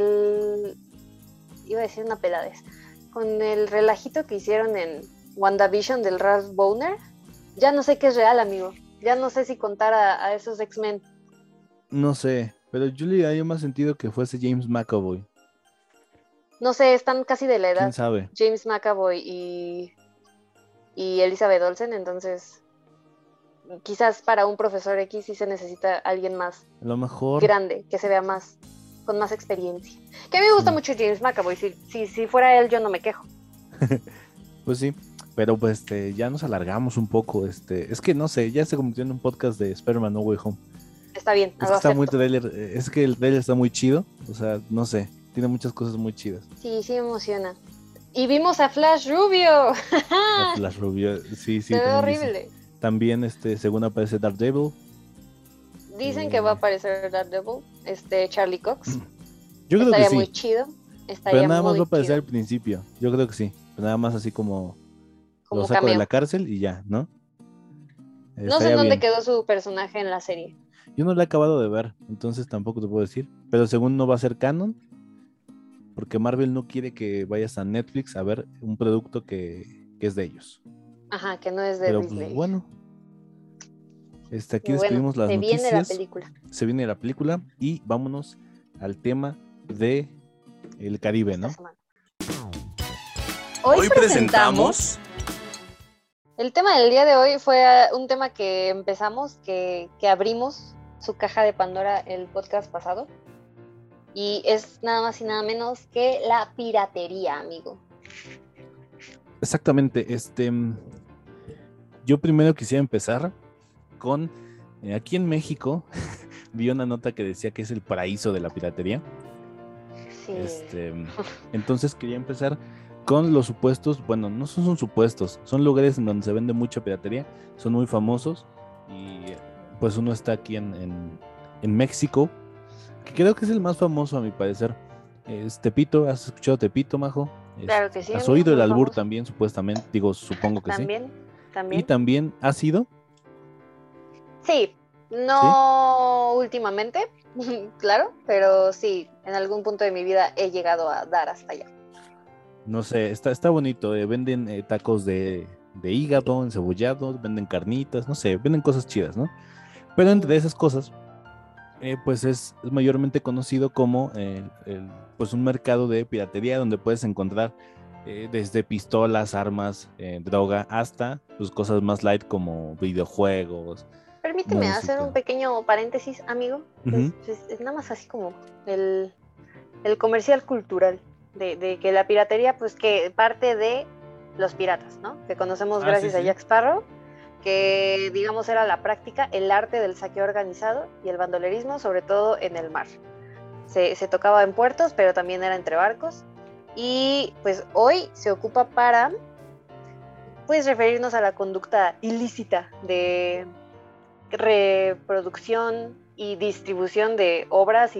iba a decir una peladez. Con el relajito que hicieron en WandaVision del Ralph Bohner, ya no sé qué es real, amigo. Ya no sé si contar a esos X-Men. No sé, pero yo le daría más sentido que fuese James McAvoy. No sé, están casi de la ¿Quién edad. sabe? James McAvoy y Elizabeth Olsen, entonces quizás para un profesor X sí se necesita alguien más A lo mejor, grande, que se vea más, con más experiencia. Que a mí me gusta sí. mucho James McAvoy, si fuera él yo no me quejo. Pues sí, pero pues ya nos alargamos un poco. Es que no sé, ya se convirtió en un podcast de Spider-Man No Way Home. Está bien, Es lo que está muy acepto. trailer, es que el trailer está muy chido. O sea, no sé, tiene muchas cosas muy chidas. Sí, sí me emociona. Y vimos a Flash Rubio. A Flash Rubio, sí, Se sí, ve también dice. horrible. También, según aparece Daredevil. Dicen que va a eh, aparecer Daredevil, Charlie Cox. yo creo que Estaría muy sí, chido. pero Estaría nada más va a muy aparecer chido. al principio. Yo creo que sí, pero nada más así como lo Como saco de la cameo. cárcel y ya, ¿no? No sé en Estaría dónde bien. quedó su personaje en la serie. Yo no lo he acabado de ver, entonces tampoco te puedo decir. Pero según no va a ser canon, porque Marvel no quiere que vayas a Netflix a ver un producto que es de ellos. Ajá, que no es de Pero pues Disney. bueno, aquí Y bueno, despedimos las se viene la noticias, película. se viene la película y vámonos al tema de el Caribe, Esta ¿no? semana. Hoy presentamos. El tema del día de hoy fue un tema que empezamos, que abrimos su caja de Pandora el podcast pasado. Y es nada más y nada menos que la piratería, amigo. Exactamente, yo primero quisiera empezar con, aquí en México, vi una nota que decía que es el paraíso de la piratería. Sí. Entonces quería empezar con los supuestos, bueno, no son supuestos, son lugares en donde se vende mucha piratería, son muy famosos y pues uno está aquí en México, que creo que es el más famoso a mi parecer. Es Tepito. ¿Has escuchado Tepito, Majo? Claro que sí, ¿Has amigo, oído el muy albur famoso. también, supuestamente? Digo, supongo que sí. También. Y también, ¿has ido? Sí, ¿Sí? no últimamente, claro, pero sí, en algún punto de mi vida he llegado a dar hasta allá. No sé, está bonito. Venden tacos de hígado, encebollados, venden carnitas, no sé, venden cosas chidas, ¿no? Pero entre esas cosas, pues es mayormente conocido como pues un mercado de piratería donde puedes encontrar desde pistolas, armas, droga, hasta pues, cosas más light como videojuegos, Permíteme hacer un música. pequeño paréntesis, amigo. Ujú. Es nada más así como el, el comercial cultural de que la piratería, pues que parte de los piratas, ¿no? Que conocemos Ah, sí, gracias a sí. Jack Sparrow, que digamos era la práctica, el arte del saqueo organizado y el bandolerismo, sobre todo en el mar. Se tocaba en puertos, pero también era entre barcos. Y pues hoy se ocupa para pues referirnos a la conducta ilícita de reproducción y distribución de obras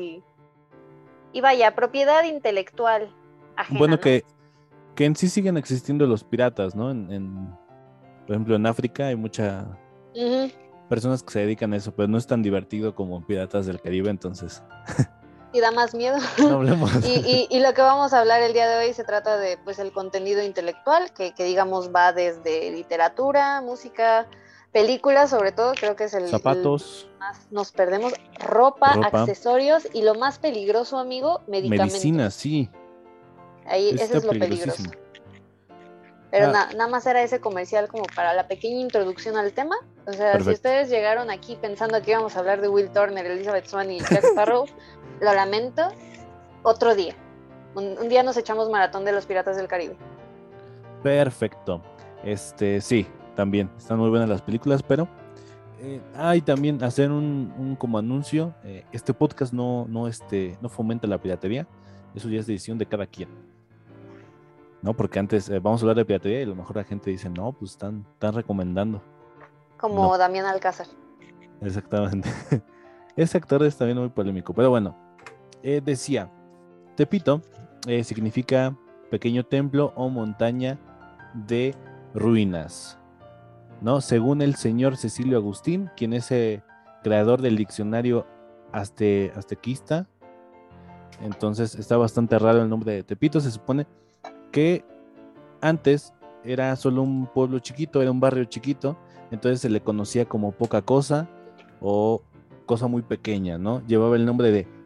y vaya, propiedad intelectual ajena, Bueno, ¿no? que en sí siguen existiendo los piratas, ¿no? Por ejemplo, en África hay muchas Uh-huh. personas que se dedican a eso, pero no es tan divertido como Piratas del Caribe, entonces Y da más miedo. no hablemos. y lo que vamos a hablar el día de hoy se trata de pues el contenido intelectual, que digamos va desde literatura, música, películas, sobre todo, creo que es el Zapatos, más nos perdemos, ropa, ropa, accesorios y lo más peligroso, amigo, medicina, medicamentos. sí, Ahí, ese está es lo peligroso. peligrosísimo. Pero Ah, nada más era ese comercial como para la pequeña introducción al tema. O sea, si perfecto. ustedes llegaron aquí pensando que íbamos a hablar de Will Turner, Elizabeth Swann y Jack Sparrow, lo lamento. Otro día. Un día nos echamos maratón de los Piratas del Caribe. Perfecto. Sí, también están muy buenas las películas, pero y también hacer un como anuncio. Este podcast no fomenta la piratería. Eso ya es decisión de cada quien. ¿No? Porque antes vamos a hablar de piratería y a lo mejor la gente dice, no, pues están recomendando. No, Como Damián Alcázar. exactamente. Ese actor es también muy polémico, pero bueno, decía, Tepito significa pequeño templo o montaña de ruinas, ¿no? Según el señor Cecilio Agustín, quien es creador del diccionario aztequista, entonces está bastante raro el nombre de Tepito. Se supone que antes era solo un pueblo chiquito, era un barrio chiquito, entonces se le conocía como poca cosa o cosa muy pequeña, ¿no? Llevaba el nombre de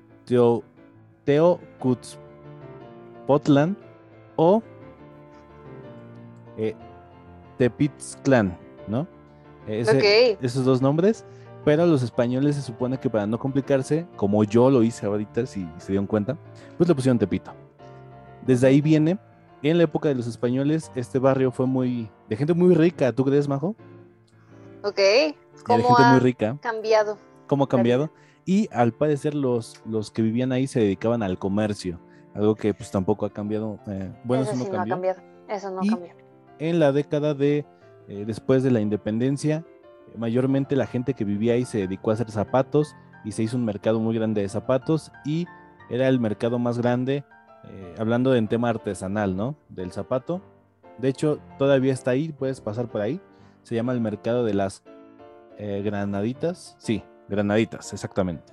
Teocutzpotlan o eh, Tepiztlán, ¿no? Ok. Esos dos nombres, pero los españoles se supone que para no complicarse, como yo lo hice ahorita, si se dieron cuenta, pues le pusieron Tepito. Desde ahí viene, en la época de los españoles, este barrio fue de gente muy rica, ¿tú crees, Majo? Ok. De ¿Cómo gente muy ha rica, cambiado cómo ha la vida? cambiado, y al parecer los que vivían ahí se dedicaban al comercio, algo que pues tampoco ha cambiado, bueno, Eso eso no sí no ha cambió, cambiado. Eso no y cambió. en la década después de la independencia, mayormente la gente que vivía ahí se dedicó a hacer zapatos y se hizo un mercado muy grande de zapatos y era el mercado más grande, hablando en tema artesanal, ¿no? Del zapato. De hecho, todavía está ahí, puedes pasar por ahí. Se llama el mercado de las Granaditas. Sí, Granaditas, exactamente.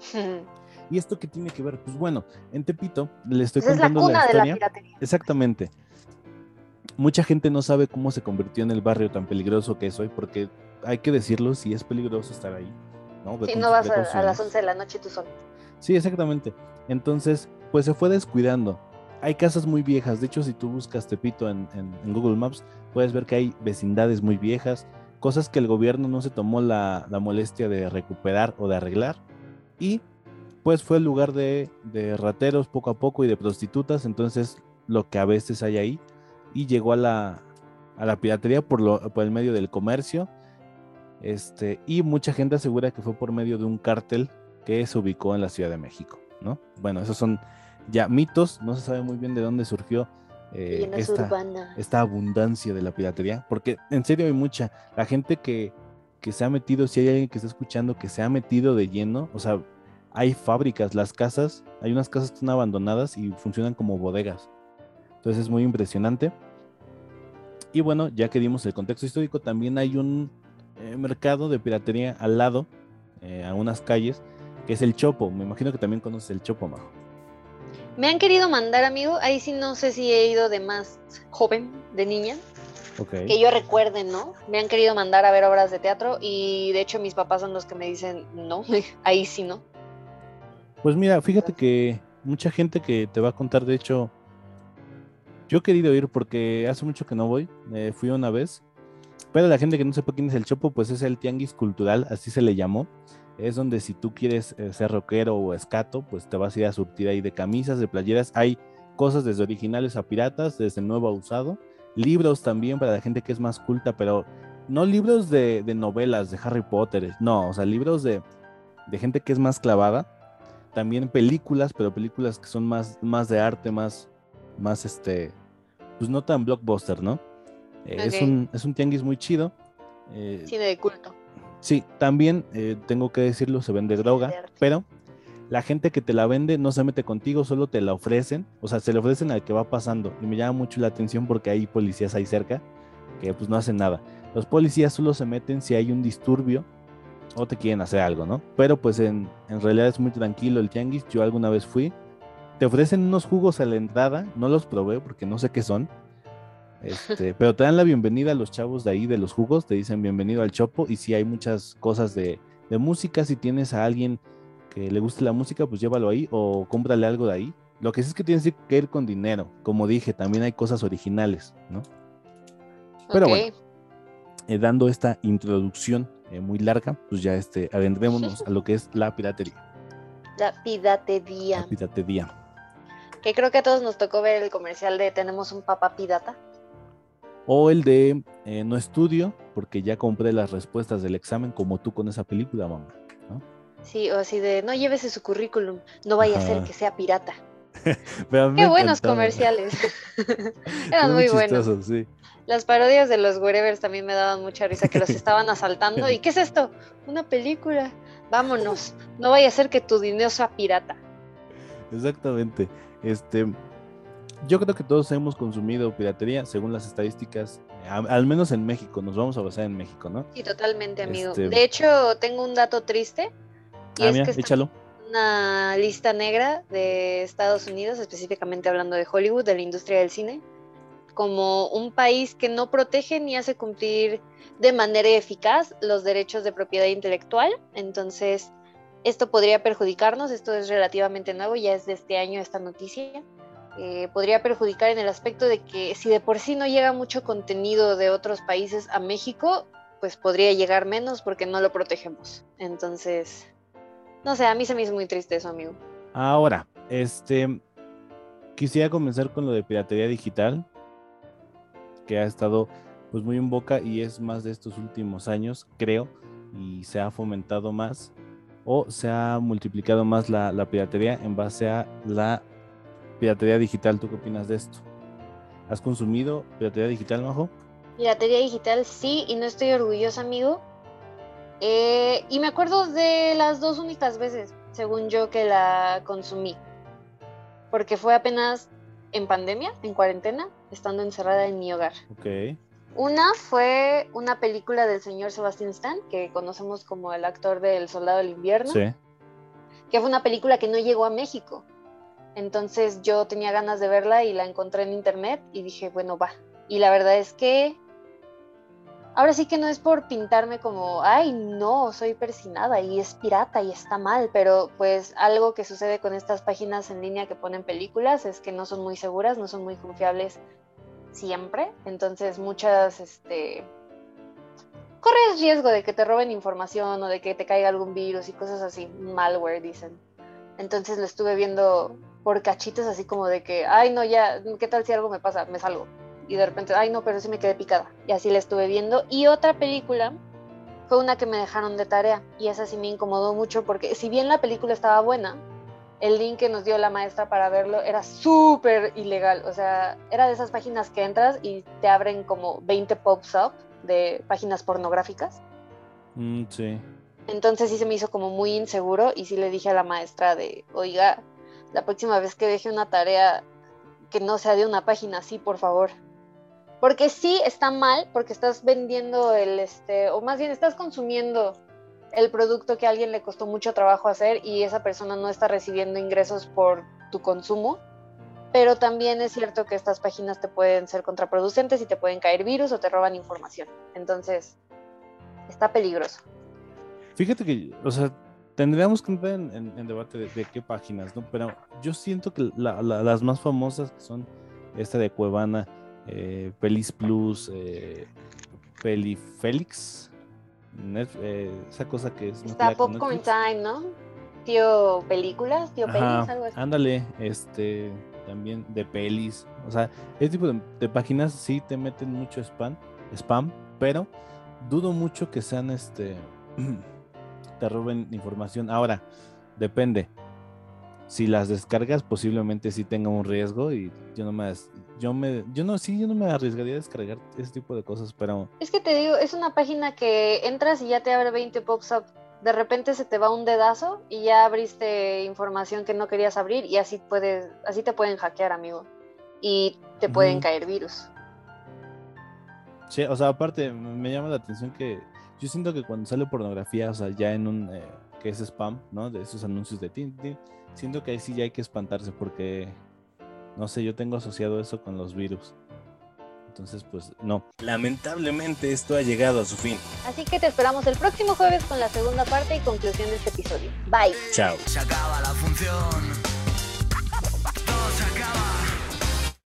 ¿Y esto qué tiene que ver? Pues bueno, en Tepito le estoy Esa es la contando la cuna de la historia. piratería. Exactamente. Mucha gente no sabe cómo se convirtió en el barrio tan peligroso que es hoy, porque hay que decirlo, si es peligroso estar ahí, ¿no? Ve Si con no tus vas a las precauciones. 11 de la noche tú solo. Sí, exactamente. Entonces, pues se fue descuidando. Hay casas muy viejas. De hecho, si tú buscas Tepito en Google Maps, puedes ver que hay vecindades muy viejas, cosas que el gobierno no se tomó la molestia de recuperar o de arreglar. Y pues fue el lugar de rateros poco a poco y de prostitutas. Entonces, lo que a veces hay ahí. Y llegó a la piratería por el medio del comercio. Y mucha gente asegura que fue por medio de un cártel que se ubicó en la Ciudad de México, ¿no? Bueno, esos son ya mitos, no se sabe muy bien de dónde surgió Leyendas urbanas. esta abundancia de la piratería, porque en serio hay mucha, la gente que se ha metido, si hay alguien que está escuchando que se ha metido de lleno, o sea, hay fábricas, las casas, hay unas casas que están abandonadas y funcionan como bodegas, entonces es muy impresionante. Y bueno, ya que dimos el contexto histórico, también hay un mercado de piratería al lado, a unas calles, que es el Chopo. Me imagino que también conoces el Chopo, Majo. Me han querido mandar, amigo. Ahí sí no sé si he ido de más joven, de niña. Ok. Que yo recuerde, ¿no? Me han querido mandar a ver obras de teatro y de hecho mis papás son los que me dicen, no, ahí sí no. Pues mira, fíjate que mucha gente que te va a contar, de hecho, yo he querido ir porque hace mucho que no voy, fui una vez, pero la gente que no sepa quién es el Chopo, pues es el tianguis cultural, así se le llamó. Es donde si tú quieres ser rockero o escato, pues te vas a ir a surtir ahí de camisas, de playeras. Hay cosas desde originales a piratas, desde nuevo a usado. Libros también para la gente que es más culta, pero no libros de novelas de Harry Potter, no, o sea, libros de gente que es más clavada. También películas, pero películas que son más de arte, más pues no tan blockbuster, ¿no? Ok, Es un tianguis muy chido. Eh, cine de culto. sí, también tengo que decirlo, se vende Cine droga, de arte. pero la gente que te la vende no se mete contigo, solo te la ofrecen, o sea, se le ofrecen al que va pasando. Y me llama mucho la atención porque hay policías ahí cerca que pues no hacen nada. Los policías solo se meten si hay un disturbio o te quieren hacer algo, ¿no? Pero pues en realidad es muy tranquilo el tianguis. Yo alguna vez fui. Te ofrecen unos jugos a la entrada, no los probé porque no sé qué son. Pero te dan la bienvenida a los chavos de ahí de los jugos, te dicen bienvenido al Chopo y si hay muchas cosas de música, si tienes a alguien que le guste la música, pues llévalo ahí o cómprale algo de ahí. Lo que sí es que tienes que ir con dinero, como dije, también hay cosas originales, ¿no? Pero Ok. bueno, dando esta introducción muy larga, pues ya adentrémonos a lo que es la piratería. La La piratería. piratería. Que creo que a todos nos tocó ver el comercial de Tenemos un papá pirata. O el de no estudio, porque ya compré las respuestas del examen, como tú con esa película, mamá, ¿no? Sí, o así de, no llévese su currículum, no vaya a ser Ajá. que sea pirata. Pero a mí me Qué buenos encantaba. comerciales. Son Eran muy muy buenos. chistosos, sí. Las parodias de los Wherevers también me daban mucha risa, que los estaban asaltando. ¿Y qué es esto? Una película. Vámonos. No vaya a ser que tu dinero sea pirata. Exactamente. Yo creo que todos hemos consumido piratería, según las estadísticas, al menos en México, nos vamos a basar en México, ¿no? Sí, totalmente, amigo. Este, De hecho, tengo un dato triste y es Mira, que está échalo. en una lista negra de Estados Unidos, específicamente hablando de Hollywood, de la industria del cine, como un país que no protege ni hace cumplir de manera eficaz los derechos de propiedad intelectual. Entonces, esto podría perjudicarnos. Esto es relativamente nuevo, ya es de este año esta noticia. Podría perjudicar en el aspecto de que si de por sí no llega mucho contenido de otros países a México, pues podría llegar menos porque no lo protegemos. Entonces, no sé, a mí se me hizo muy triste eso, amigo. Ahora, quisiera comenzar con lo de piratería digital, que ha estado pues muy en boca y es más de estos últimos años, creo, y se ha fomentado más o se ha multiplicado más la piratería en base a la piratería digital. ¿Tú qué opinas de esto? ¿Has consumido piratería digital, Majo? Piratería digital sí, y no estoy orgullosa, amigo. Y me acuerdo de las 2 únicas veces, según yo, que la consumí. Porque fue apenas en pandemia, en cuarentena, estando encerrada en mi hogar. Ok. Una fue una película del señor Sebastian Stan, que conocemos como el actor del Soldado del Invierno. Sí. Que fue una película que no llegó a México. Entonces yo tenía ganas de verla y la encontré en internet y dije, bueno, va. Y la verdad es que ahora sí que no es por pintarme como, ay, no, soy persinada y es pirata y está mal, pero pues algo que sucede con estas páginas en línea que ponen películas es que no son muy seguras, no son muy confiables siempre. Entonces muchas, corres riesgo de que te roben información o de que te caiga algún virus y cosas así, malware dicen. Entonces lo estuve viendo por cachitos así como de que, ay no, ya, ¿qué tal si algo me pasa? Me salgo. Y de repente, ay no, pero sí me quedé picada. Y así la estuve viendo. Y otra película fue una que me dejaron de tarea. Y esa sí me incomodó mucho porque si bien la película estaba buena, el link que nos dio la maestra para verlo era súper ilegal. O sea, era de esas páginas que entras y te abren como 20 pops up de páginas pornográficas. Sí. Entonces sí se me hizo como muy inseguro y sí le dije a la maestra de, oiga, la próxima vez que deje una tarea que no sea de una página así, por favor. Porque sí está mal, porque estás vendiendo o más bien estás consumiendo el producto que a alguien le costó mucho trabajo hacer y esa persona no está recibiendo ingresos por tu consumo. Pero también es cierto que estas páginas te pueden ser contraproducentes y te pueden caer virus o te roban información. Entonces, está peligroso. Fíjate que, o sea, tendríamos que entrar en debate de qué páginas, ¿no? Pero yo siento que las más famosas que son esta de Cuevana, Pelis Plus, Pelifélix, esa cosa que es Está Popcorn Time, ¿no? Tío Películas, Tío Pelis, algo así. Ándale, también de pelis, o sea, ese tipo de páginas sí te meten mucho spam, pero dudo mucho que sean te roben información. Ahora, depende. Si las descargas, posiblemente sí tenga un riesgo y yo no me arriesgaría a descargar ese tipo de cosas, pero... Es que te digo, es una página que entras y ya te abre 20 pops-up. De repente se te va un dedazo y ya abriste información que no querías abrir y así te pueden hackear, amigo. Y te pueden caer virus. Sí, o sea, aparte me llama la atención que yo siento que cuando sale pornografía, o sea, ya en un que es spam, ¿no? De esos anuncios de tin, siento que ahí sí ya hay que espantarse porque, no sé, yo tengo asociado eso con los virus. Entonces, pues, no. Lamentablemente esto ha llegado a su fin. Así que te esperamos el próximo jueves con la segunda parte y conclusión de este episodio. Bye. Chao. Se acaba la función.